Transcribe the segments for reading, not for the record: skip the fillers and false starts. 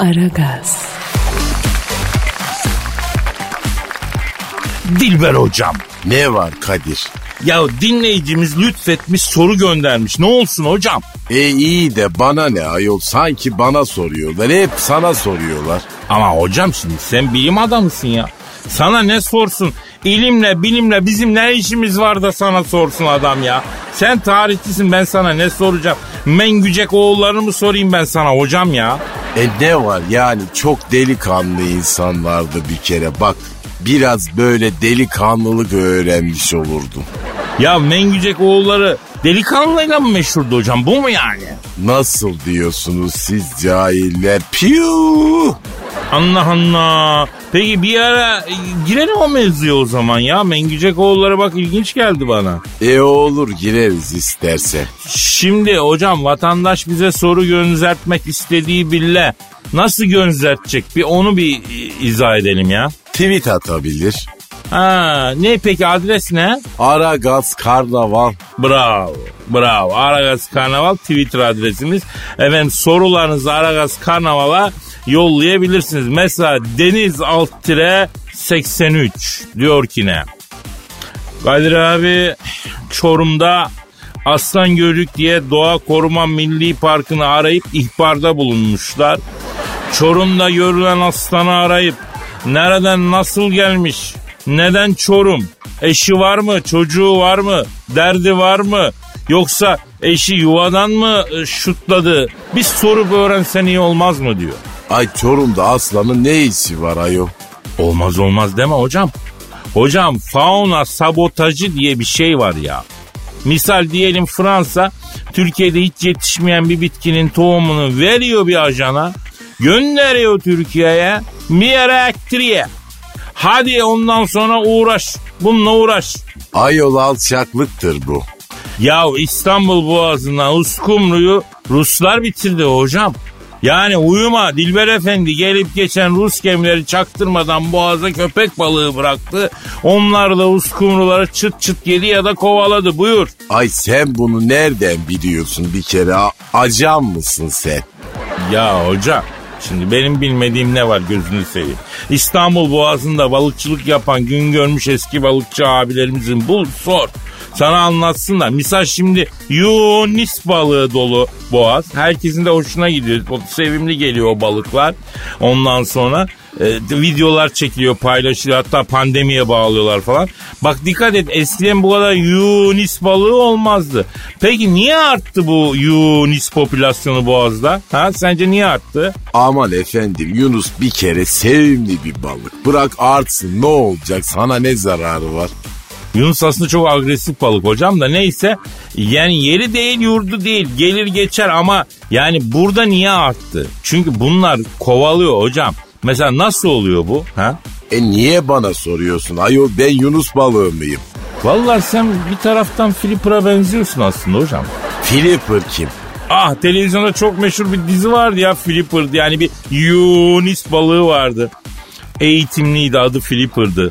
Aragaz. Dilber hocam. Ne var Kadir? Ya dinleyicimiz lütfetmiş, soru göndermiş. Ne olsun hocam? İyi de bana ne ayol? Sanki bana soruyorlar. Hep sana soruyorlar. Ama hocam şimdi sen bilim adamısın ya. Sana ne sorsun? İlimle, bilimle bizim ne işimiz var da sana sorsun adam ya. Sen tarihçisin, ben sana ne soracağım? Mengücek oğullarını mı sorayım ben sana hocam ya? Ne var yani, çok delikanlı insan vardı bir kere bak. Biraz böyle delikanlılık öğrenmiş olurdum. Ya Mengücek oğulları delikanlıyla mı meşhurdu hocam, bu mu yani? Nasıl diyorsunuz siz cahiller? Piyuh! Allah Allah. Peki bir ara girelim o mevzuya o zaman ya. Mengücek oğulları bak ilginç geldi bana. Olur, gireriz istersen. Şimdi hocam vatandaş bize soru göndertmek istediği bile nasıl göndertecek? Bir onu bir izah edelim ya. Tweet atabilir. Ha, ne peki, adres ne? Aragaz Karnaval. Bravo. Aragaz Karnaval Twitter adresimiz. Efendim sorularınızı Aragaz Karnaval'a yollayabilirsiniz. Mesela Deniz _83 diyor ki ne? Kadir abi, Çorum'da aslan gördük diye Doğa Koruma Milli Parkı'nı arayıp ihbarda bulunmuşlar. Çorum'da görülen aslanı arayıp nereden nasıl gelmiş? Neden Çorum? Eşi var mı? Çocuğu var mı? Derdi var mı? Yoksa eşi yuvadan mı şutladı? Bir sorup öğrensen iyi olmaz mı diyor. Ay Çorum'da aslanın ne işi var ayol? Olmaz deme hocam. Hocam fauna sabotajı diye bir şey var ya. Misal diyelim Fransa Türkiye'de hiç yetişmeyen bir bitkinin tohumunu veriyor bir ajana. Gönderiyor Türkiye'ye, bir yere ektiriyor. Hadi ondan sonra uğraş. Bununla uğraş. Ayol alçaklıktır bu. Ya İstanbul Boğazı'ndan Uskumru'yu Ruslar bitirdi hocam. Yani uyuma Dilber Efendi, gelip geçen Rus gemileri çaktırmadan boğaza köpek balığı bıraktı. Onlar da Uskumruları çıt çıt yedi ya da kovaladı, buyur. Ay sen bunu nereden biliyorsun bir kere? Acan mısın sen? Ya hocam, şimdi benim bilmediğim ne var gözünü seveyim. İstanbul Boğazı'nda balıkçılık yapan gün görmüş eski balıkçı abilerimizin bul sor. Sana anlatsınlar. Misal şimdi Yunis balığı dolu boğaz. Herkesin de hoşuna gidiyor. Sevimli geliyor o balıklar. Ondan sonra videolar çekiliyor, paylaşılıyor. Hatta pandemiye bağlıyorlar falan. Bak dikkat et, eskiden bu kadar Yunis balığı olmazdı. Peki niye arttı bu Yunis popülasyonu boğazda? Ha, sence niye arttı? Aman efendim, Yunus bir kere sevimli bir balık. Bırak artsın, ne olacak, sana ne zararı var? Yunus aslında çok agresif balık hocam da neyse. Yani yeri değil yurdu değil, gelir geçer ama yani burada niye arttı? Çünkü bunlar kovalıyor hocam. Mesela nasıl oluyor bu? Ha? Niye bana soruyorsun ayol, ben Yunus balığı mıyım? Vallahi sen bir taraftan Flipper'a benziyorsun aslında hocam. Flipper kim? Ah, televizyonda çok meşhur bir dizi vardı ya, Flipper, yani bir Yunis balığı vardı. Eğitimliydi, adı Flipper'dı.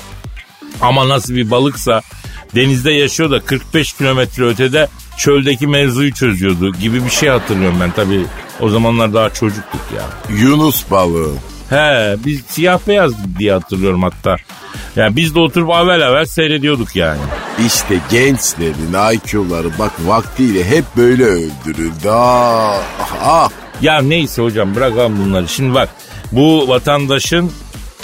Ama nasıl bir balıksa denizde yaşıyor da 45 kilometre ötede çöldeki mevzuyu çözüyordu gibi bir şey hatırlıyorum ben. Tabii o zamanlar daha çocuktuk ya. Yunus balığı. He, biz siyah beyaz diye hatırlıyorum hatta. Yani biz de oturup avel seyrediyorduk yani. İşte gençlerin IQ'ları bak vaktiyle hep böyle öldürüldü. Ya neyse hocam, bırakalım bunları. Şimdi bak, bu vatandaşın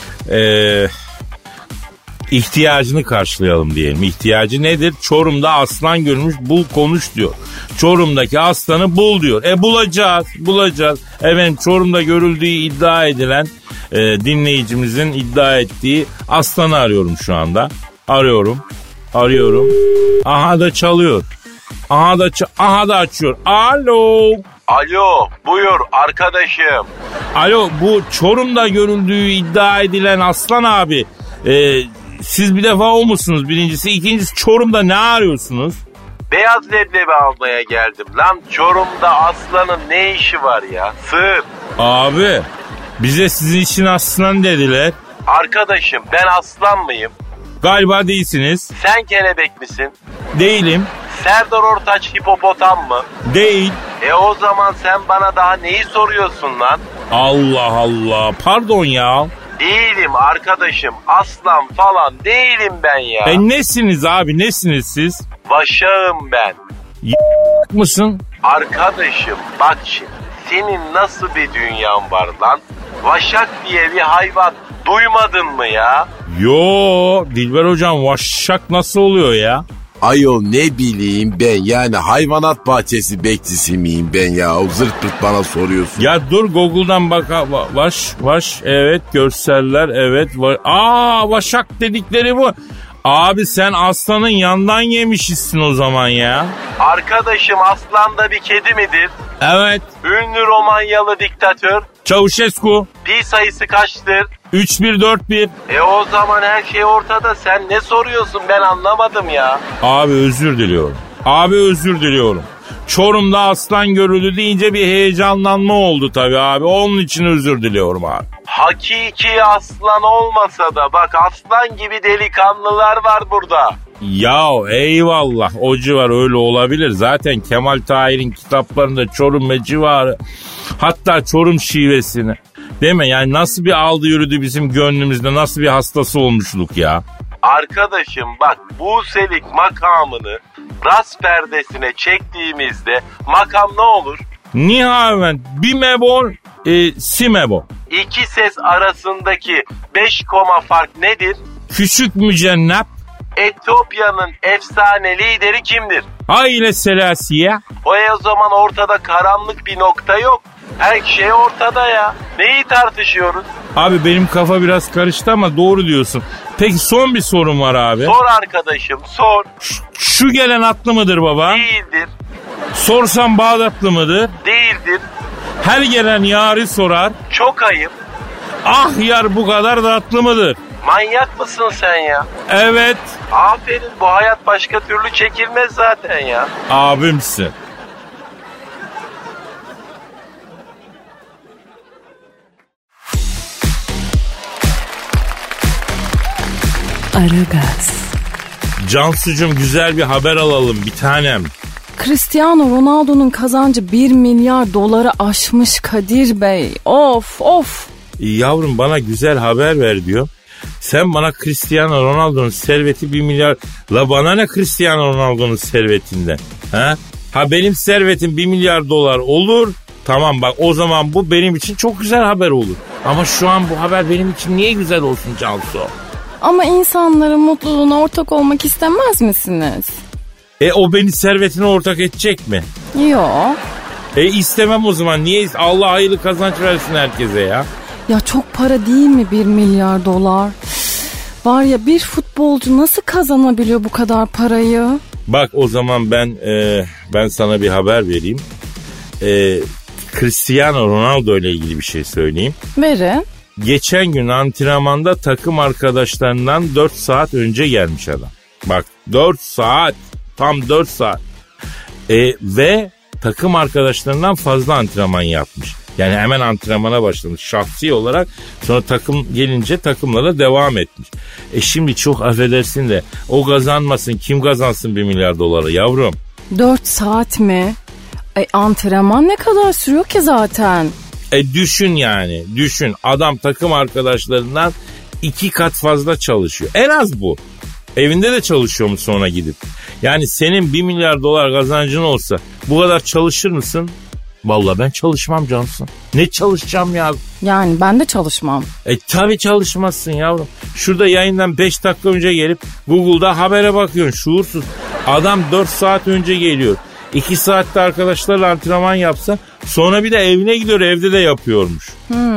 ihtiyacını karşılayalım diyelim. İhtiyacı nedir? Çorum'da aslan görmüş, bul konuş diyor. Çorum'daki aslanı bul diyor. Bulacağız. Efendim, Çorum'da görüldüğü iddia edilen dinleyicimizin iddia ettiği aslanı arıyorum şu anda. Arıyorum. Aha da çalıyor. Aha da açıyor. Alo, buyur arkadaşım. Alo, bu Çorum'da görüldüğü iddia edilen aslan abi. Siz bir defa o musunuz? Birincisi. İkincisi, Çorum'da ne arıyorsunuz? Beyaz leblebi almaya geldim. Lan Çorum'da aslanın ne işi var ya? Sığır. Abi, bize sizin için aslan dediler. Arkadaşım, ben aslan mıyım? Galiba değilsiniz. Sen kelebek misin? Değilim. Serdar Ortaç hipopotam mı? Değil. O zaman sen bana daha neyi soruyorsun lan? Allah Allah. Pardon ya. Değilim arkadaşım. Aslan falan değilim ben ya. Nesiniz abi? Nesiniz siz? Vaşağım ben. Mısın? Arkadaşım bak şimdi. Senin nasıl bir dünyan var lan? Vaşak diye bir hayvan duymadın mı ya? Yo Dilber hocam, vaşak nasıl oluyor ya? Ayol ne bileyim ben, yani hayvanat bahçesi bekçisi miyim ben ya? O zırt pırt bana soruyorsun. Ya dur Google'dan bak. Vaş evet, görseller evet. Vaşak dedikleri bu. Abi sen aslanın yandan yemişsin o zaman ya. Arkadaşım aslan da bir kedi midir? Evet. Ünlü Romanyalı diktatör. Çavuşescu. Pi sayısı kaçtır? 3141. O zaman her şey ortada. Sen ne soruyorsun, ben anlamadım ya. Abi özür diliyorum. Çorum'da aslan görüldü deyince bir heyecanlanma oldu tabii abi. Onun için özür diliyorum abi. Hakiki aslan olmasa da bak aslan gibi delikanlılar var burada. Ya eyvallah, o civar öyle olabilir. Zaten Kemal Tahir'in kitaplarında Çorum ve civarı, hatta Çorum şivesini, değil mi? Yani nasıl bir aldı yürüdü bizim gönlümüzde, nasıl bir hastası olmuşluk ya. Arkadaşım bak, Buselik makamını ras perdesine çektiğimizde makam ne olur? Nihaven bimebol simebol. İki ses arasındaki 5 koma fark nedir? Küçük mücennep. Etiyopya'nın efsane lideri kimdir? Haile Selassie. O zaman ortada karanlık bir nokta yok. Her şey ortada ya. Neyi tartışıyoruz? Abi benim kafa biraz karıştı ama doğru diyorsun. Peki son bir sorum var abi. Sor arkadaşım, sor. Şu gelen atlı mıdır baba? Değildir. Sorsam Bağdatlı mıdır? Değildir. Her gelen yari sorar. Çok ayıp. Ah yar bu kadar da atlı mıdır? Manyak mısın sen ya? Evet. Aferin, bu hayat başka türlü çekilmez zaten ya. Abimsin. Aragaz. Cansucuğum, güzel bir haber alalım bir tanem. Cristiano Ronaldo'nun kazancı 1 milyar doları aşmış Kadir Bey. Of. Yavrum bana güzel haber ver diyor. Sen bana Cristiano Ronaldo'nun serveti 1 milyar. La bana ne Cristiano Ronaldo'nun servetinden? Ha benim servetim 1 milyar dolar olur. Tamam bak, o zaman bu benim için çok güzel haber olur. Ama şu an bu haber benim için niye güzel olsun Cansu? Ama insanların mutluluğuna ortak olmak istemez misiniz? O beni servetine ortak edecek mi? Yok. İstemem o zaman. Niye? Allah hayırlı kazanç versin herkese ya. Ya çok para değil mi 1 milyar dolar? Var ya, bir futbolcu nasıl kazanabiliyor bu kadar parayı? Bak o zaman ben sana bir haber vereyim. Cristiano Ronaldo ile ilgili bir şey söyleyeyim. Verin. Geçen gün antrenmanda takım arkadaşlarından 4 saat önce gelmiş adam. Bak 4 saat. Tam 4 saat. Ve takım arkadaşlarından fazla antrenman yapmış. Yani hemen antrenmana başlamış şahsi olarak. Sonra takım gelince takımlara devam etmiş. Şimdi çok affedersin de o kazanmasın, kim kazansın 1 milyar doları yavrum? 4 saat mi? Antrenman ne kadar sürüyor ki zaten? Düşün yani. Düşün. Adam takım arkadaşlarından 2 kat fazla çalışıyor. En az bu. Evinde de çalışıyor mu sonra gidip? Yani senin 1 milyar dolar kazancın olsa bu kadar çalışır mısın? Vallahi ben çalışmam Cansu. Ne çalışacağım ya? Yani ben de çalışmam. Tabii çalışmazsın yavrum. Şurada yayından 5 dakika önce gelip Google'da habere bakıyorsun şuursuz. Adam 4 saat önce geliyor. 2 saatte arkadaşlarla antrenman yapsa sonra bir de evine gidiyor, evde de yapıyormuş.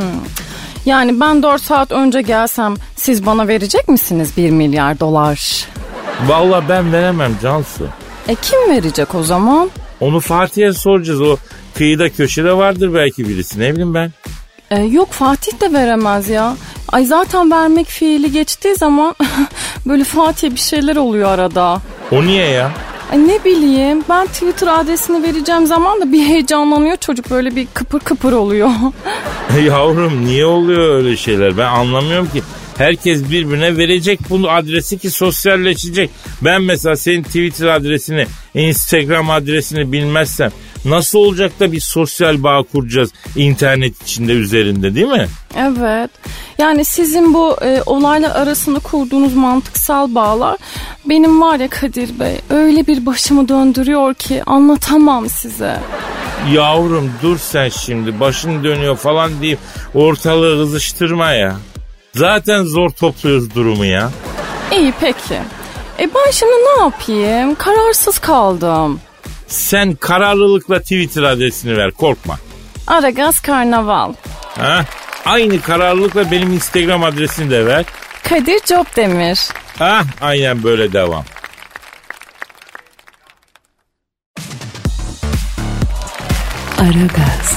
Yani ben 4 saat önce gelsem siz bana verecek misiniz 1 milyar dolar? Vallahi ben veremem Cansu. Kim verecek o zaman? Onu Fatih'e soracağız. O kıyıda köşede vardır belki birisi, ne bileyim ben. Yok, Fatih de veremez ya. Ay zaten vermek fiili geçtiği zaman böyle Fatih'e bir şeyler oluyor arada. O niye ya? Ay ne bileyim, ben Twitter adresini vereceğim zaman da bir heyecanlanıyor çocuk, böyle bir kıpır kıpır oluyor. Yavrum niye oluyor öyle şeyler, ben anlamıyorum ki. Herkes birbirine verecek bunu adresi ki sosyalleşecek. Ben mesela senin Twitter adresini, Instagram adresini bilmezsem nasıl olacak da bir sosyal bağ kuracağız internet içinde üzerinde, değil mi? Evet. Yani sizin bu olaylar arasında kurduğunuz mantıksal bağlar benim var ya Kadir Bey öyle bir başımı döndürüyor ki anlatamam size. Yavrum dur sen şimdi başın dönüyor falan deyip ortalığı kızıştırma ya. Zaten zor topluyoruz durumu ya. İyi peki. Ben şimdi ne yapayım? Kararsız kaldım. Sen kararlılıkla Twitter adresini ver, korkma. Aragaz Karnaval. Ha? Aynı kararlılıkla benim Instagram adresini de ver. Kadir Çöpdemir. Ha? Aynen böyle devam. Aragaz.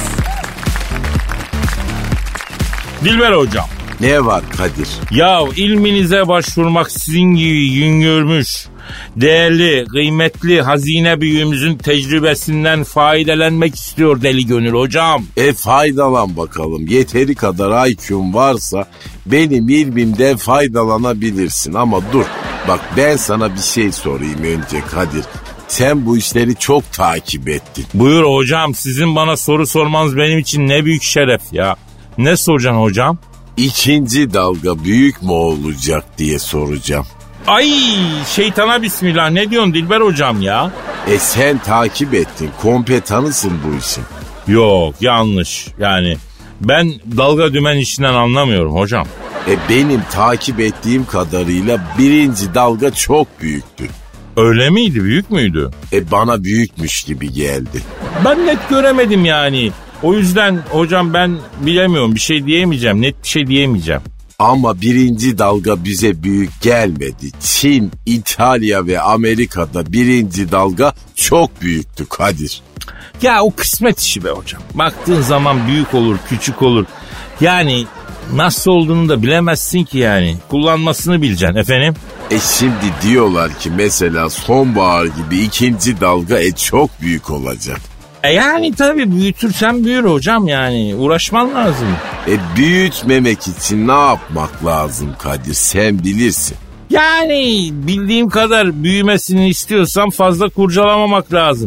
Dilber hocam. Ne var Kadir? Ya ilminize başvurmak sizin gibi gün görmüş, değerli, kıymetli hazine büyüğümüzün tecrübesinden faydalanmak istiyor deli gönül hocam. Faydalan bakalım. Yeteri kadar IQ'm varsa benim ilmimden faydalanabilirsin. Ama dur bak ben sana bir şey sorayım önce Kadir. Sen bu işleri çok takip ettin. Buyur hocam, sizin bana soru sormanız benim için ne büyük şeref ya. Ne soracaksın hocam? İkinci dalga büyük mü olacak diye soracağım. Ay şeytana bismillah, ne diyorsun Dilber hocam ya? Sen takip ettin, kompetanısın bu işin. Yok yanlış, yani ben dalga dümen işinden anlamıyorum hocam. Benim takip ettiğim kadarıyla birinci dalga çok büyüktü. Öyle miydi, büyük müydü? Bana büyükmüş gibi geldi. Ben net göremedim yani. O yüzden hocam ben bilemiyorum, bir şey diyemeyeceğim, net bir şey diyemeyeceğim. Ama birinci dalga bize büyük gelmedi. Çin, İtalya ve Amerika'da birinci dalga çok büyüktü Kadir. Ya o kısmet işi be hocam. Baktığın zaman büyük olur, küçük olur. Yani nasıl olduğunu da bilemezsin ki yani. Kullanmasını bileceksin efendim. Şimdi diyorlar ki mesela sonbahar gibi ikinci dalga çok büyük olacak. Yani tabii büyütürsen büyür hocam, yani uğraşman lazım. Büyütmemek için ne yapmak lazım Kadir, sen bilirsin. Yani bildiğim kadar büyümesini istiyorsan fazla kurcalamamak lazım.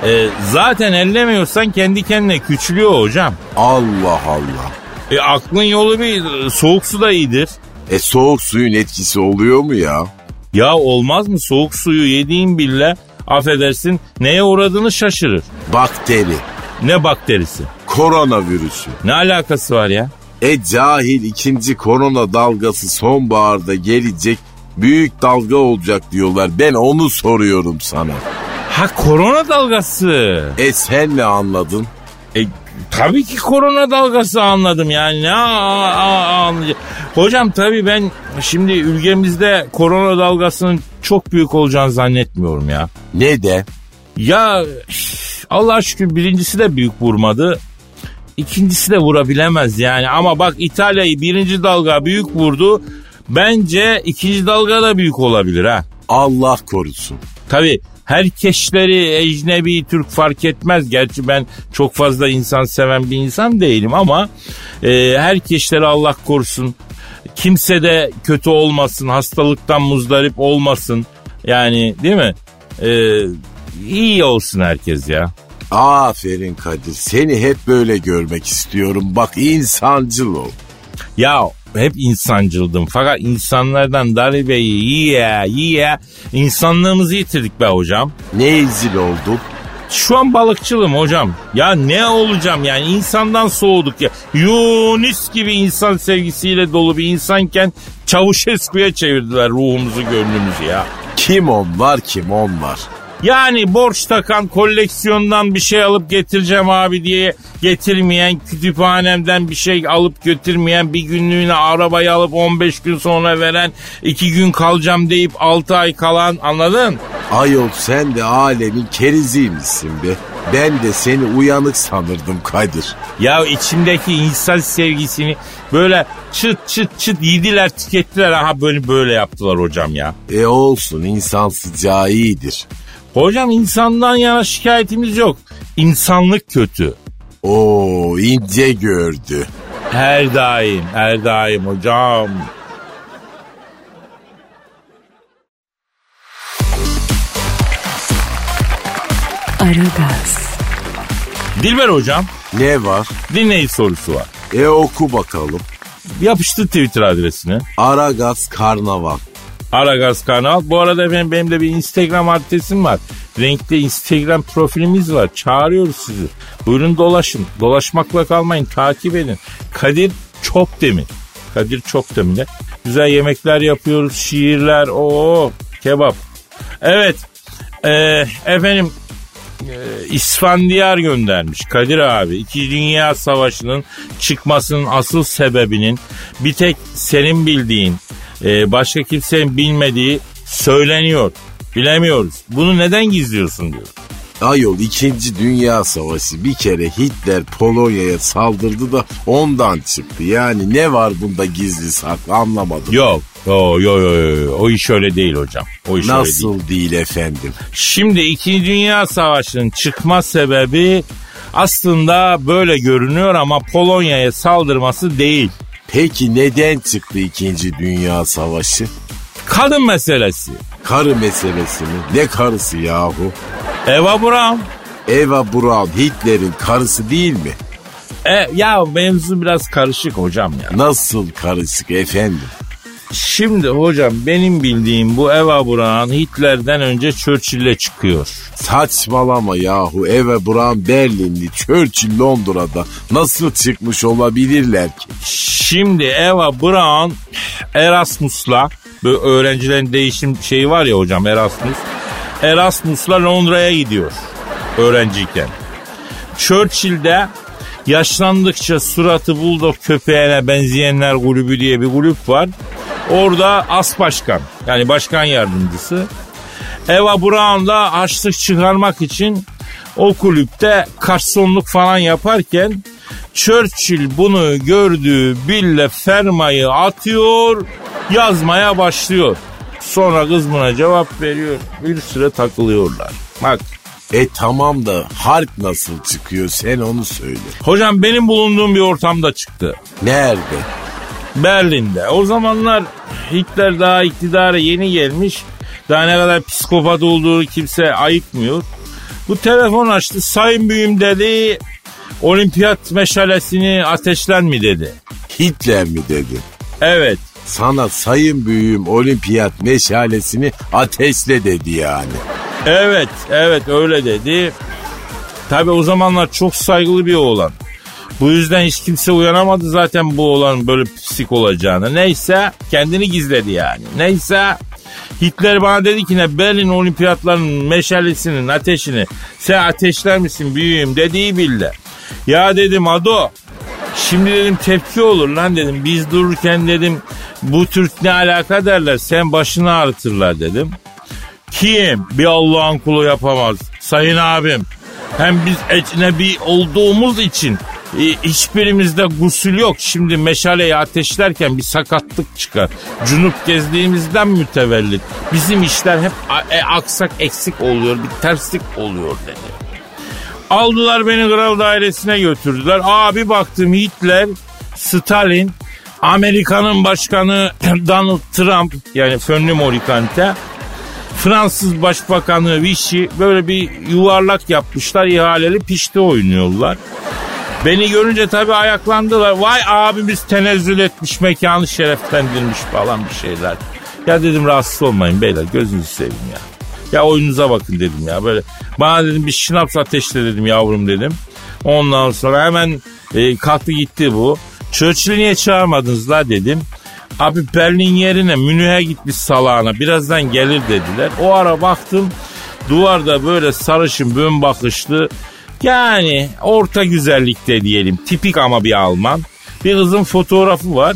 Zaten ellemiyorsan kendi kendine küçülüyor hocam. Allah Allah. Aklın yolu bir soğuk su da iyidir. Soğuk suyun etkisi oluyor mu ya? Ya olmaz mı, soğuk suyu yediğin bile affedersin neye uğradığını şaşırır. Bakteri. Ne bakterisi? Koronavirüsü. Ne alakası var ya? Cahil ikinci korona dalgası sonbaharda gelecek, büyük dalga olacak diyorlar. Ben onu soruyorum sana. Ha, korona dalgası. Sen ne anladın? Tabii ki korona dalgası anladım yani. Ne anlayacağım? Hocam tabii ben şimdi ülkemizde korona dalgasının çok büyük olacağını zannetmiyorum ya. Neden? Ya Allah'a şükür birincisi de büyük vurmadı. İkincisi de vurabilemez yani. Ama bak İtalya'yı birinci dalga büyük vurdu. Bence ikinci dalga da büyük olabilir ha. Allah korusun. Tabii herkesleri ecnebi, Türk fark etmez. Gerçi ben çok fazla insan seven bir insan değilim ama herkesleri Allah korusun. Kimse de kötü olmasın, hastalıktan muzdarip olmasın. Yani değil mi? İyi olsun herkes ya. Aferin Kadir, seni hep böyle görmek istiyorum. Bak insancıl ol. Ya hep insancıldım fakat insanlardan darbeyi yiye insanlığımızı yitirdik be hocam. Ne izil olduk? Şu an balıkçılım hocam. Ya ne olacağım yani, insandan soğuduk ya. Yunus gibi insan sevgisiyle dolu bir insanken Çavuşesku'ya çevirdiler ruhumuzu, gönlümüzü ya. Kim onlar, kim onlar? Yani borç takan, koleksiyondan bir şey alıp getireceğim abi diye getirmeyen, kütüphanemden bir şey alıp götürmeyen, bir günlüğüne arabayı alıp 15 gün sonra veren, 2 gün kalacağım deyip 6 ay kalan, anladın? Ayol sen de alemin keriziymişsin be. Ben de seni uyanık sanırdım Kadir. Ya içimdeki insan sevgisini böyle çıt yediler, tükettiler. Aha böyle yaptılar hocam ya. Olsun, insan sıcağı iyidir. Hocam insandan yana şikayetimiz yok. İnsanlık kötü. Oo, ince gördü. Her daim hocam. Aragaz. Dilber hocam, Ne var? dinleyici sorusu var. Oku bakalım. Yapıştı Twitter adresine. Aragaz Karnaval. Aragaz Kanal. Bu arada efendim benim de bir Instagram adresim var. Renkli Instagram profilimiz var. Çağırıyoruz sizi. Buyurun dolaşın. Dolaşmakla kalmayın. Takip edin. Kadir Çopdemir. Kadir Çopdemir'le güzel yemekler yapıyoruz. Şiirler. Kebap. Evet. Efendim İsfandiyar göndermiş Kadir abi. 2. Dünya Savaşı'nın çıkmasının asıl sebebinin bir tek senin bildiğin, başka kimsenin bilmediği söyleniyor. Bilemiyoruz. Bunu neden gizliyorsun diyor. Ayol 2. Dünya Savaşı bir kere Hitler Polonya'ya saldırdı da ondan çıktı. Yani ne var bunda gizli saklı anlamadım. Yok. O iş öyle değil hocam. O iş Nasıl öyle değil efendim? Şimdi 2. Dünya Savaşı'nın çıkma sebebi aslında böyle görünüyor ama Polonya'ya saldırması değil. Peki neden çıktı 2. Dünya Savaşı? Kadın meselesi. Karı meselesi mi? Ne karısı yahu? Eva Braun. Eva Braun Hitler'in karısı değil mi? Ya mevzu biraz karışık hocam ya. Nasıl karışık efendim? Şimdi hocam benim bildiğim bu Eva Braun Hitler'den önce Churchill'le çıkıyor. Saçmalama yahu, Eva Braun Berlinli, Churchill Londra'da nasıl çıkmış olabilirler ki? Şimdi Eva Braun Erasmus'la, böyle öğrencilerin değişim şeyi var ya hocam, Erasmus'la Londra'ya gidiyor öğrenciyken. Churchill'de yaşlandıkça suratı bulldog köpeğine benzeyenler kulübü diye bir kulüp var. Orada as başkan, yani başkan yardımcısı. Eva Braun da harçlık çıkarmak için o kulüpte garsonluk falan yaparken Churchill bunu gördüğü bille fermayı atıyor, yazmaya başlıyor. Sonra kız buna cevap veriyor. Bir süre takılıyorlar. Bak. Tamam da harp nasıl çıkıyor, sen onu söyle. Hocam benim bulunduğum bir ortamda çıktı. Nerede? Berlin'de. O zamanlar Hitler daha iktidara yeni gelmiş. Daha ne kadar psikopat olduğu kimse ayıkmıyor. Bu telefon açtı. Sayın büyüğüm dedi. Olimpiyat meşalesini ateşlen mi dedi. Hitler mi dedi? Evet. Sana sayın büyüğüm olimpiyat meşalesini ateşle dedi yani. Evet öyle dedi. Tabi o zamanlar çok saygılı bir oğlan. Bu yüzden hiç kimse uyanamadı zaten bu oğlan böyle psik olacağını. Neyse kendini gizledi yani. Neyse Hitler bana dedi ki ne, Berlin olimpiyatlarının meşalesinin ateşini sen ateşler misin büyüğüm dediği bildi. Ya dedim Ado, şimdi dedim tepki olur lan dedim. Biz dururken dedim bu Türk ne alaka derler, sen başını ağrıtırlar dedim. Kim? Bir Allah'ın kulu yapamaz. Sayın abim, hem biz ecnebi olduğumuz için hiçbirimizde gusül yok. Şimdi meşaleyi ateşlerken bir sakatlık çıkar. Cunup gezdiğimizden mütevellit. Bizim işler hep aksak eksik oluyor. Bir terslik oluyor dedi. Aldılar beni kral dairesine götürdüler. Abi baktım Hitler, Stalin, Amerika'nın başkanı Donald Trump, yani fönlü morikante, Fransız Başbakanı Vichy, böyle bir yuvarlak yapmışlar, ihaleli pişti oynuyorlar. Beni görünce tabii ayaklandılar. Vay abimiz tenezzül etmiş, mekanı şereflendirmiş falan bir şeyler. Ya dedim rahatsız olmayın beyler, gözünüzü seveyim ya. Ya oyununuza bakın dedim ya. Böyle bana dedim bir şınaps ateşle dedim yavrum dedim. Ondan sonra hemen kalktı gitti bu. Churchill'i niye çağırmadınız la dedim. Abi Berlin yerine Münih'e gitmiş salağına, birazdan gelir dediler. O ara baktım duvarda böyle sarışın bön bakışlı, yani orta güzellikte diyelim, tipik ama bir Alman, bir kızın fotoğrafı var.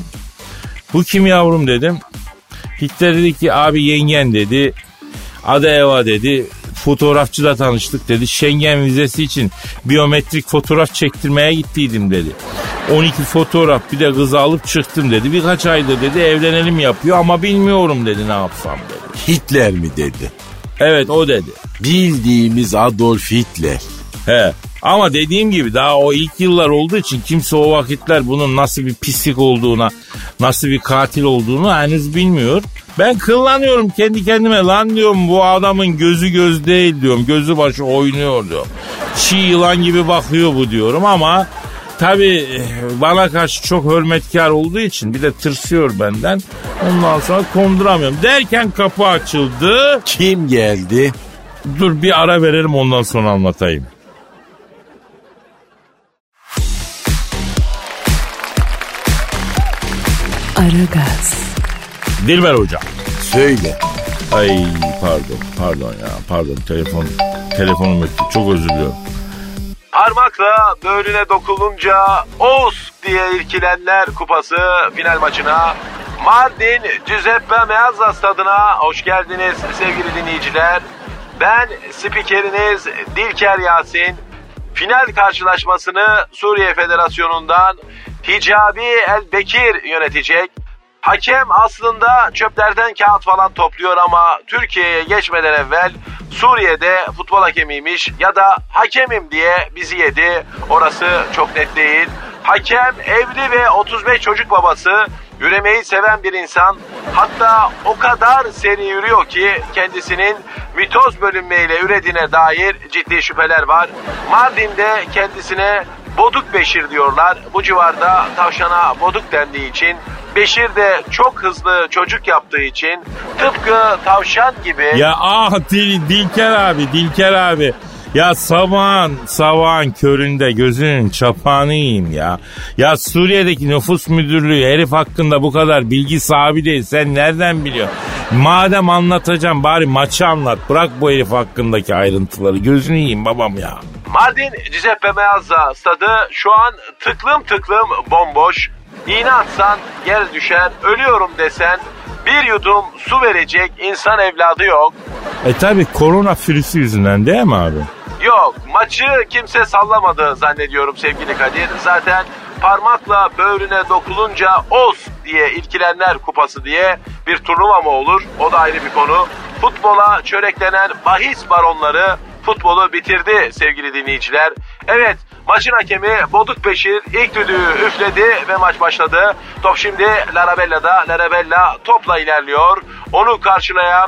Bu kim yavrum dedim. Hitler dedi ki abi yengen dedi. Adı Eva dedi. Fotoğrafçıda tanıştık dedi. Schengen vizesi için biyometrik fotoğraf çektirmeye gittiydim dedi. 12 fotoğraf bir de kızı alıp çıktım dedi. Birkaç aydır dedi evlenelim yapıyor ama bilmiyorum dedi, ne yapsam dedi. Hitler mi dedi? Evet o dedi. Bildiğimiz Adolf Hitler. He. Ama dediğim gibi daha o ilk yıllar olduğu için kimse o vakitler bunun nasıl bir pislik olduğuna, nasıl bir katil olduğunu henüz bilmiyor. Ben kıllanıyorum kendi kendime, lan diyorum bu adamın gözü göz değil diyorum. Gözü başı oynuyor diyorum. Çiğ yılan gibi bakıyor bu diyorum ama tabii bana karşı çok hürmetkar olduğu için bir de tırsıyor benden. Ondan sonra konduramıyorum. Derken kapı açıldı. Kim geldi? Dur bir ara verelim ondan sonra anlatayım. Aragaz. Dilber hocam. Söyle. Ay pardon telefonum öttü, çok özür diliyorum. Parmakla böğrüne dokununca Oğuz diye irkilenler kupası final maçına Mardin Giuseppe Meazza stadına hoş geldiniz sevgili dinleyiciler. Ben spikeriniz Dilker Yasin. Final karşılaşmasını Suriye Federasyonu'ndan Hicabi El Bekir yönetecek. Hakem aslında çöplerden kağıt falan topluyor ama Türkiye'ye geçmeden evvel Suriye'de futbol hakemiymiş ya da hakemim diye bizi yedi. Orası çok net değil. Hakem evli ve 35 çocuk babası, yürümeyi seven bir insan. Hatta o kadar seri yürüyor ki kendisinin mitoz bölünmeyle ürediğine dair ciddi şüpheler var. Mardin'de kendisine Boduk Beşir diyorlar. Bu civarda tavşana Boduk dendiği için, Beşir de çok hızlı çocuk yaptığı için tıpkı tavşan gibi. Ya Dilker abi. Ya sabahın köründe gözünün çapağını yiyeyim ya. Ya Suriye'deki nüfus müdürlüğü herif hakkında bu kadar bilgi sahibi değil. Sen nereden biliyorsun? Madem anlatacağım bari maçı anlat. Bırak bu herif hakkındaki ayrıntıları. Gözünü yiyeyim babam ya. Mardin Giuseppe Meazza stadı şu an tıklım bomboş. İğne atsan yer düşer, ölüyorum desen bir yudum su verecek insan evladı yok. Tabi korona virüsü yüzünden değil mi abi? Yok, maçı kimse sallamadı zannediyorum sevgili Kadir. Zaten parmakla böğrüne dokununca Oz diye irkilenler kupası diye bir turnuva mı olur? O da ayrı bir konu. Futbola çöreklenen bahis baronları futbolu bitirdi sevgili dinleyiciler. Evet, maçın hakemi Boduk Beşir ilk düdüğü üfledi ve maç başladı. Top şimdi Larabella'da. Larabella topla ilerliyor. Onu karşılayan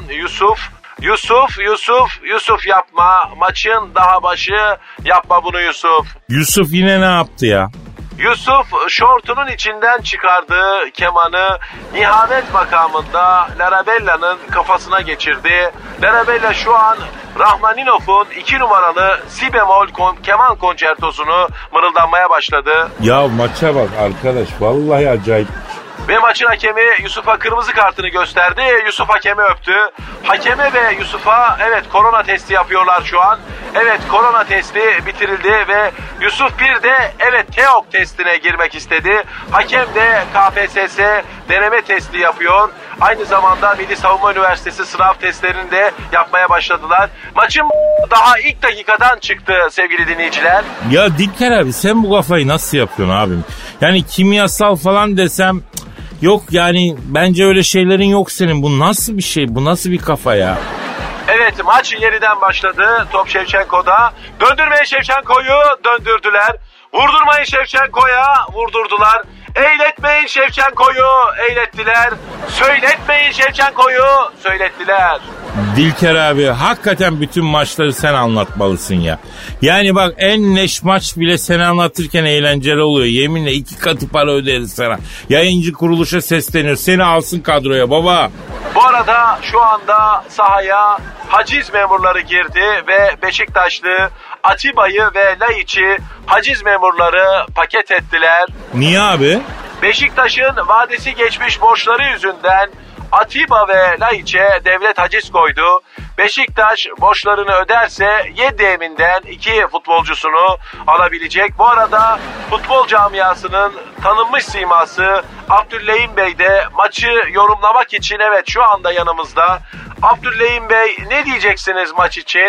Yusuf yapma. Maçın daha başı, yapma bunu Yusuf. Yusuf yine ne yaptı ya? Yusuf şortunun içinden çıkardığı kemanı ihanet makamında Larabella'nın kafasına geçirdi. Larabella şu an Rahmaninov'un 2 numaralı si bemol keman konçertosunu mırıldanmaya başladı. Ya maça bak arkadaş, vallahi acayip. Ve maçın hakemi Yusuf'a kırmızı kartını gösterdi. Yusuf hakemi öptü. Hakeme ve Yusuf'a evet korona testi yapıyorlar şu an. Evet, korona testi bitirildi ve Yusuf bir de evet TEOK testine girmek istedi. Hakem de KPSS deneme testi yapıyor. Aynı zamanda Milli Savunma Üniversitesi sınav testlerini de yapmaya başladılar. Maçın daha ilk dakikadan çıktı sevgili dinleyiciler. Ya Dilker abi, sen bu kafayı nasıl yapıyorsun abim? Yani kimyasal falan desem yok, yani bence öyle şeylerin yok senin. Bu nasıl bir şey? Bu nasıl bir kafa ya? Evet, maç yeniden başladı. Top Şevçenko'da. Döndürmeyin Şevçenko'yu, döndürdüler. Vurdurmayın Şevçenko'ya, vurdurdular. Eğletmeyin Şevçenko'yu, eğlettiler. Söyletmeyin Şevçenko'yu, söylettiler. Dilker abi, hakikaten bütün maçları sen anlatmalısın ya. Yani bak, en leş maç bile sen anlatırken eğlenceli oluyor. Yeminle 2 katı para öderiz sana. Yayıncı kuruluşa sesleniyor. Seni alsın kadroya baba. Bu arada şu anda sahaya haciz memurları girdi ve Beşiktaşlı Atiba'yı ve Laiç'i haciz memurları paket ettiler. Niye abi? Beşiktaş'ın vadesi geçmiş borçları yüzünden Atiba ve Laiç'e devlet haciz koydu. Beşiktaş borçlarını öderse YDM'inden 2 futbolcusunu alabilecek. Bu arada futbol camiasının tanınmış siması Abdüleyim Bey de maçı yorumlamak için evet şu anda yanımızda. Abdüleyim Bey, ne diyeceksiniz maç için?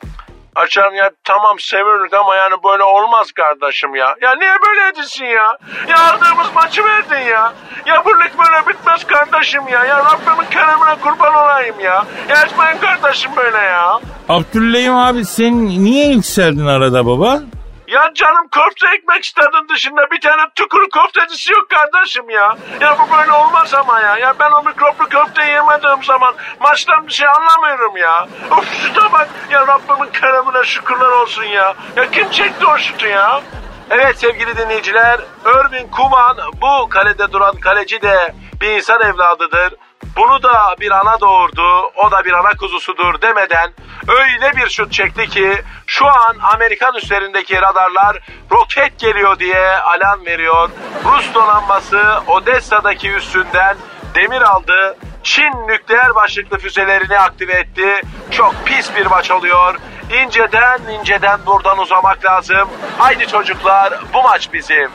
Açarım ya, tamam seviyoruz ama yani böyle olmaz kardeşim ya. Ya niye böyle edilsin ya? Ya aradığımız maçı verdin ya. Ya bu lig böyle bitmez kardeşim ya. Ya Rabbimin keremine kurban olayım ya. Ya etmeyin kardeşim böyle ya. Abdüleyim abi, sen niye yükseldin arada baba? Ya canım köfte ekmek istedin dışında bir tane tükürük köftecisi yok kardeşim ya. Ya bu böyle olmaz ama ya. Ya ben o mikroplu köfteyi yemediğim zaman maçtan bir şey anlamıyorum ya. Of şuta bak ya, Rabbimin keremine şükürler olsun ya. Ya kim çekti o şutu ya? Evet sevgili dinleyiciler, Irving Koeman bu kalede duran kaleci de bir insan evladıdır. Bunu da bir ana doğurdu, o da bir ana kuzusudur demeden öyle bir şut çekti ki şu an Amerikan üslerindeki radarlar roket geliyor diye alarm veriyor. Rus donanması Odessa'daki üssünden demir aldı. Çin nükleer başlıklı füzelerini aktive etti. Çok pis bir maç oluyor. İnceden buradan uzamak lazım. Haydi çocuklar, bu maç bizim.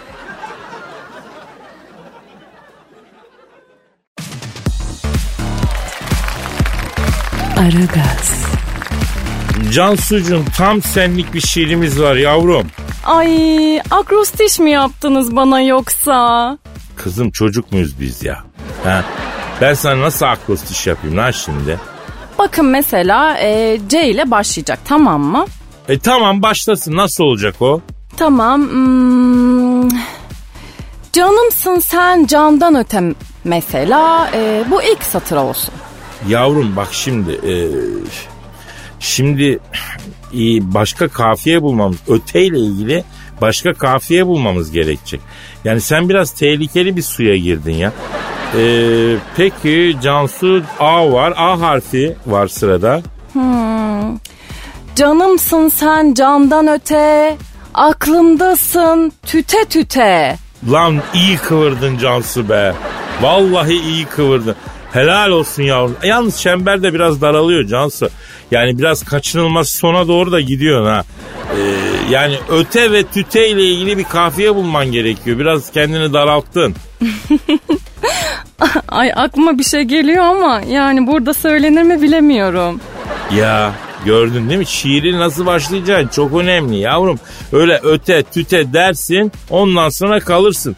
Aragaz. Cansucuğum tam senlik bir şiirimiz var yavrum. Ay, akrostiş mi yaptınız bana yoksa? Kızım çocuk muyuz biz ya? Ha? Ben sana nasıl akrostiş yapayım lan şimdi? Bakın mesela C ile başlayacak, tamam mı? Tamam başlasın, nasıl olacak o? Tamam. Canımsın sen candan öte mesela, bu ilk satır olsun. Yavrum bak şimdi başka kafiye bulmamız, öteyle ilgili başka kafiye bulmamız gerekecek. Yani sen biraz tehlikeli bir suya girdin ya. Peki Cansu, A var, A harfi var sırada. Canımsın sen candan öte, aklımdasın tüte tüte. Lan iyi kıvırdın Cansu be. Vallahi iyi kıvırdın. Helal olsun yavrum. Yalnız çember de biraz daralıyor Cansu. Yani biraz kaçınılmaz sona doğru da gidiyorsun ha. Yani öte ve tüte ile ilgili bir kafiye bulman gerekiyor. Biraz kendini daralttın. Ay aklıma bir şey geliyor ama yani burada söylenir mi bilemiyorum. Ya gördün değil mi? Şiiri nasıl başlayacaksın çok önemli yavrum. Öyle öte tüte dersin, ondan sonra kalırsın.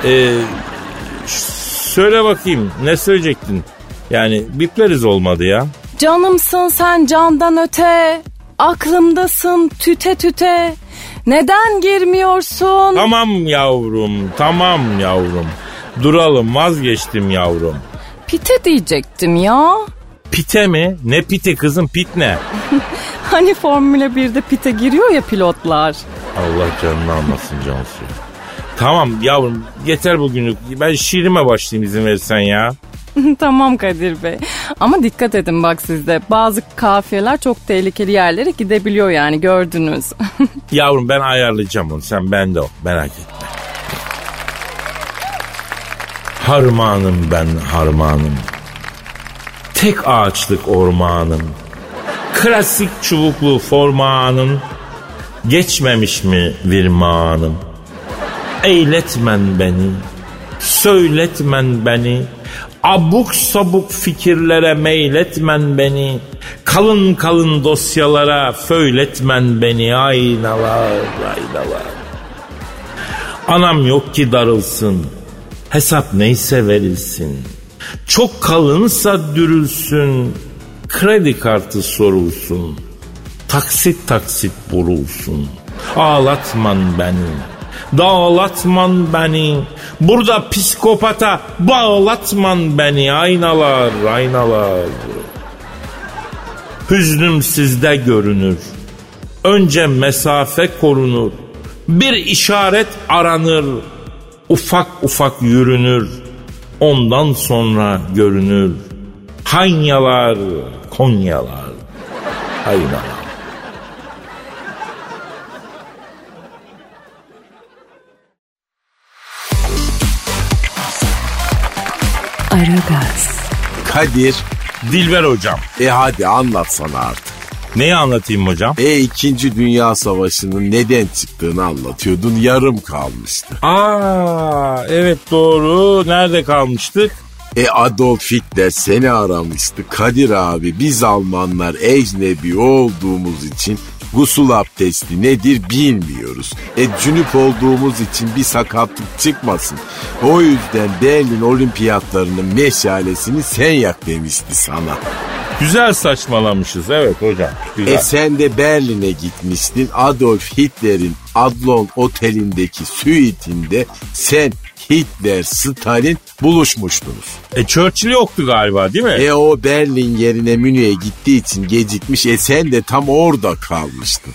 Söyle bakayım, ne söyleyecektin? Yani bipleriz olmadı ya. Canımsın sen candan öte, aklımdasın tüte tüte. Neden girmiyorsun? Tamam yavrum. Duralım, vazgeçtim yavrum. Pite diyecektim ya. Pite mi? Ne pite kızım, pit ne? Hani Formula 1'de pite giriyor ya pilotlar. Allah canını almasın Cansu. Tamam yavrum, yeter bugünlük. Ben şiirime başlayayım izin verirsen ya. Tamam Kadir Bey. Ama dikkat edin bak sizde. Bazı kafiyeler çok tehlikeli yerlere gidebiliyor yani, gördünüz. Yavrum ben ayarlayacağım onu, sen bende ol, merak etme. Harmanım ben harmanım. Tek ağaçlık ormanım. Klasik çubuklu formanım. Geçmemiş mi virmanım? Eyletmen beni, söyletmen beni, abuk sabuk fikirlere meyletmen beni, kalın kalın dosyalara föyletmen beni, aynalar. Anam yok ki darılsın, hesap neyse verilsin, çok kalınsa dürülsün, kredi kartı sorulsun, taksit vurulsun, ağlatman beni. Dağlatman beni, burada psikopata bağlatman beni, aynalar. Hüznüm sizde görünür, önce mesafe korunur, bir işaret aranır, ufak ufak yürünür, ondan sonra görünür. Hanyalar, Konyalar, aynalar. Aragaz. Kadir. Dilber hocam. Hadi anlatsana artık. Neyi anlatayım hocam? 2. Dünya Savaşı'nın neden çıktığını anlatıyordun, yarım kalmıştı. Evet doğru. Nerede kalmıştık? Adolf Hitler seni aramıştı. Kadir abi, biz Almanlar ecnebi olduğumuz için gusül abdesti nedir bilmiyoruz. Cünüp olduğumuz için bir sakatlık çıkmasın. O yüzden Berlin Olimpiyatlarının meşalesini sen yak demişti sana. Güzel saçmalamışız evet hocam. Güzel. Sen de Berlin'e gitmiştin. Adolf Hitler'in Adlon Oteli'ndeki suite'inde sen, Hitler, Stalin buluşmuştunuz. Churchill yoktu galiba değil mi? O Berlin yerine Münih'e gittiği için gecikmiş. Sen de tam orada kalmıştın.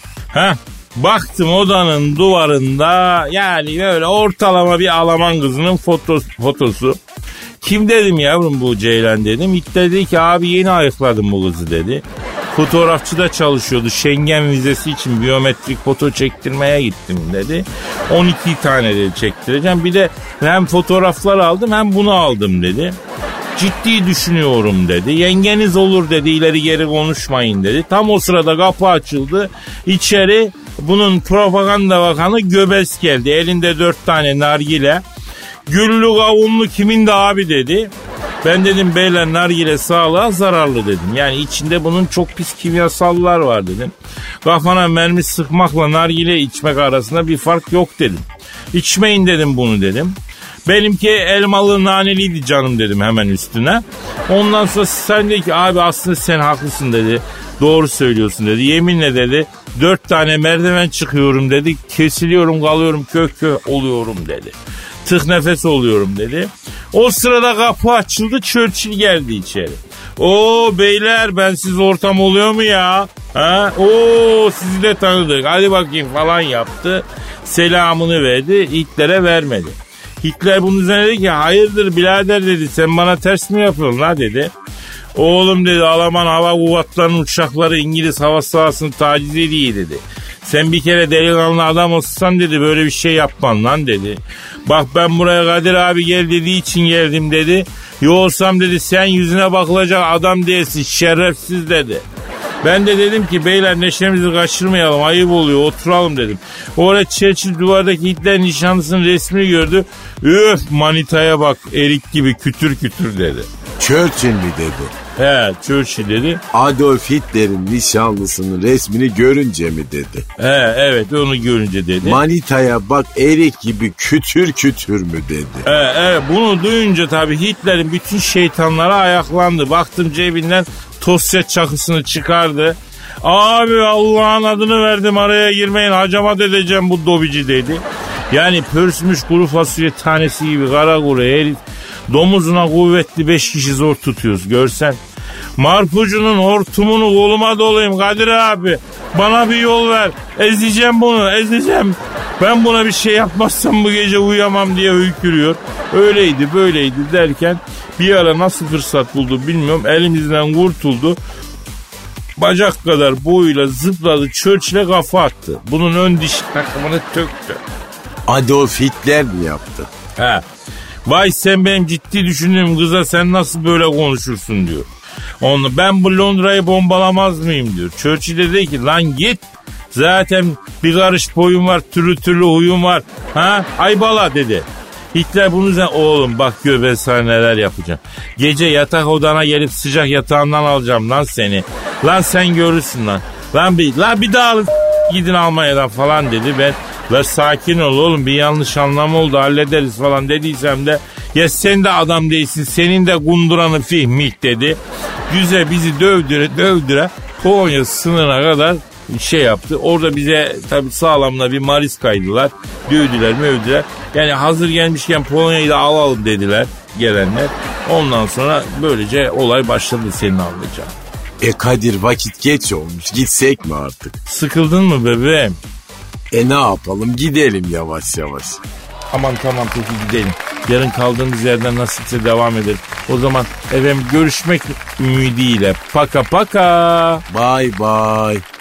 Baktım odanın duvarında yani böyle ortalama bir Alman kızının fotosu. Kim dedim yavrum bu Ceylan dedim. İlk dedi ki abi yeni ayıkladım bu kızı dedi. Fotoğrafçıda çalışıyordu. Schengen vizesi için biyometrik foto çektirmeye gittim dedi. 12 tane dedi çektireceğim. Bir de hem fotoğraflar aldım hem bunu aldım dedi. Ciddi düşünüyorum dedi. Yengeniz olur dedi, ileri geri konuşmayın dedi. Tam o sırada kapı açıldı. İçeri bunun propaganda bakanı Göbels geldi. Elinde 4 tane nargile. Güllü kavunlu kimin de abi dedi. Ben dedim beyler nargile sağlığa zararlı dedim. Yani içinde bunun çok pis kimyasallar var dedim. Kafana mermi sıkmakla nargile içmek arasında bir fark yok dedim. İçmeyin dedim bunu dedim. Benimki elmalı naneliydi canım dedim hemen üstüne. Ondan sonra sen dedi ki abi aslında sen haklısın dedi. Doğru söylüyorsun dedi. Yeminle dedi 4 tane merdiven çıkıyorum dedi. Kesiliyorum kalıyorum kök oluyorum dedi. Tık nefes oluyorum dedi. O sırada kapı açıldı, Churchill geldi içeri. Oo beyler bensiz ortam oluyor mu ya? Oo sizi de tanıdık hadi bakayım falan yaptı. Selamını verdi, Hitler'e vermedi. Hitler bunun üzerine dedi ki hayırdır birader dedi sen bana ters mi yapıyorsun la dedi. Oğlum dedi Alman hava kuvvetlerinin uçakları İngiliz hava sahasını taciz ediyor dedi. Sen bir kere delikanlı adam olsan dedi böyle bir şey yapman lan dedi. Bak ben buraya Kadir abi gel dediği için geldim dedi. Yoksam dedi sen yüzüne bakılacak adam değilsin şerefsiz dedi. Ben de dedim ki beyler neşemizi kaçırmayalım ayıp oluyor oturalım dedim. Orada Churchill duvardaki Hitler nişanlısının resmini gördü. Üf manitaya bak erik gibi kütür kütür dedi. Churchill mi dedi? Churchill dedi. Adolf Hitler'in nişanlısının resmini görünce mi dedi? Evet onu görünce dedi. Manitaya bak erik gibi kütür kütür mü dedi? Evet bunu duyunca tabii Hitler'in bütün şeytanları ayaklandı. Baktım cebinden tosya çakısını çıkardı. Abi Allah'ın adını verdim araya girmeyin hacamat edeceğim bu dobici dedi. Yani pörsümüş kuru fasulye tanesi gibi kara kuru herif. Domuzuna kuvvetli 5 kişi zor tutuyoruz görsen. Marpucunun hortumunu koluma dolayım Kadir abi. Bana bir yol ver. Ezeceğim bunu ezeceğim. Ben buna bir şey yapmazsam bu gece uyuyamam diye hükürüyor. Öyleydi böyleydi derken bir ara nasıl fırsat buldu bilmiyorum. Elimizden kurtuldu. Bacak kadar boyuyla zıpladı Churchill'e kafa attı. Bunun ön diş takımını töktü. Adolf Hitler mi yaptı? Vay sen benim ciddi düşündüğüm kıza sen nasıl böyle konuşursun diyor. Onu ben bu Londra'yı bombalamaz mıyım diyor. Churchill dedi ki lan git. Zaten bir karış boyum var türlü türlü huyum var. Aybala dedi. Hitler bunun üzerine oğlum bak gör ben sana neler yapacağım. Gece yatak odana gelip sıcak yatağından alacağım lan seni. Lan sen görürsün lan. Lan bir daha gidin Almanya'dan falan dedi. Ben la sakin ol oğlum bir yanlış anlam oldu hallederiz falan dediysem de ya sen de adam değilsin senin de gunduranı fihmih dedi. Güzel bizi dövdüre Polonya sınırına kadar şey yaptı. Orada bize tabii sağlamla bir maris kaydılar. Dövdüler. Yani hazır gelmişken Polonya'yı da alalım dediler gelenler. Ondan sonra böylece olay başladı senin anlayacağın. Kadir vakit geç olmuş gitsek mi artık? Sıkıldın mı bebeğim? Ne yapalım gidelim yavaş yavaş. Aman tamam peki gidelim. Yarın kaldığımız yerden nasipse devam ederiz. O zaman efendim görüşmek ümidiyle. Paka paka. Bye bye.